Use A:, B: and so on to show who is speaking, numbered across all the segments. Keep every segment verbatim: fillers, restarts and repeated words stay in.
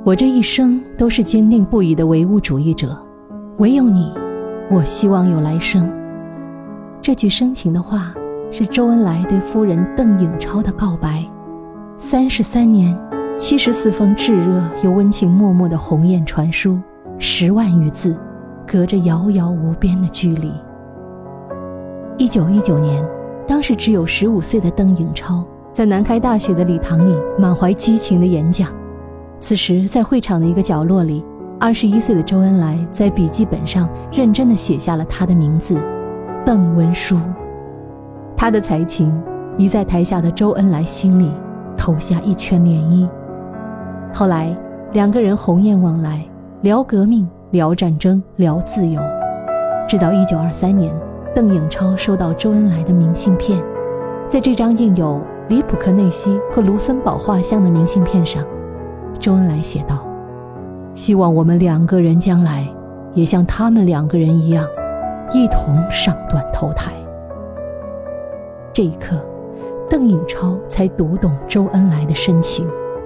A: 我这一生都是坚定不移的唯物主义者，唯有你，我希望有来生。这句深情的话是周恩来对夫人邓颖超的告白。三十三年，七十四封炙热又温情脉脉的鸿雁传书，十万余字，隔着遥遥无边的距离。一九一九年，当时只有十五岁的邓颖超在南开大学的礼堂里满怀激情的演讲。此时在会场的一个角落里，二十一岁的周恩来在笔记本上认真地写下了他的名字，邓文书。他的才情已在台下的周恩来心里投下一圈涟漪。后来两个人鸿雁往来，聊革命，聊战争，聊自由。直到一九二三年，邓颖超收到周恩来的明信片，在这张印有里普克内西和卢森堡画像的明信片上，周恩来写道：希望我们两个人将来也像他们两个人一样，一同上断头台。这一刻，邓颖超才读懂周恩来的深情。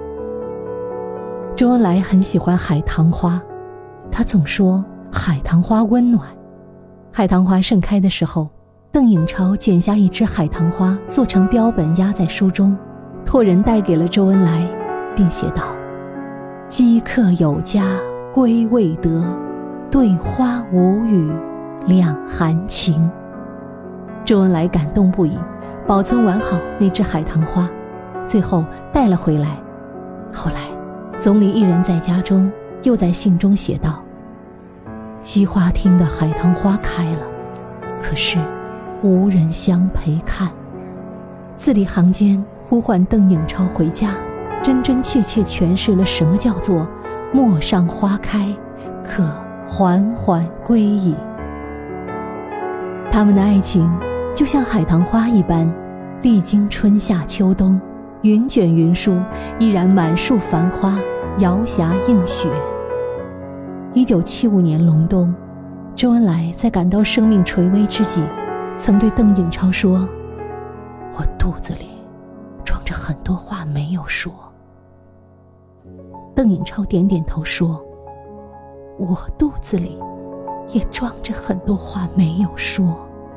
A: 周恩来很喜欢海棠花，他总说海棠花温暖。海棠花盛开的时候，邓颖超剪下一枝海棠花做成标本压在书中，托人带给了周恩来，并写道：饥客有家归未得，对花无语两含情。周恩来感动不已，保存完好那枝海棠花，最后带了回来。后来总理一人在家中，又在信中写道：西花厅的海棠花开了，可是无人相陪看。字里行间呼唤邓颖超回家，真真切切诠释了什么叫做陌上花开，可缓缓归矣。他们的爱情就像海棠花一般，历经春夏秋冬，云卷云舒，依然满树繁花，摇霞映雪。一九七五年隆冬，周恩来在感到生命垂危之际，曾对邓颖超说：我肚子里装着很多话没有说。邓颖超点点头说：我肚子里也装着很多话没有说。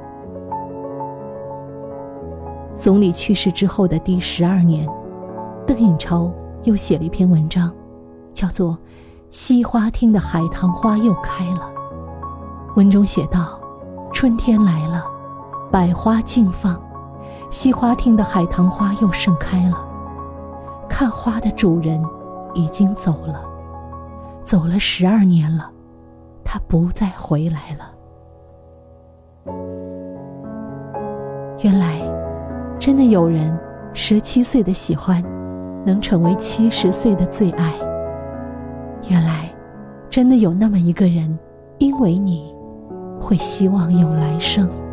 A: 总理去世之后的第十二年，邓颖超又写了一篇文章，叫做《西花厅的海棠花又开了》。文中写道：春天来了，百花竞放，西花厅的海棠花又盛开了。看花的主人已经走了，走了十二年了，他不再回来了。原来真的有人十七岁的喜欢能成为七十岁的最爱。原来真的有那么一个人，因为你会希望有来生。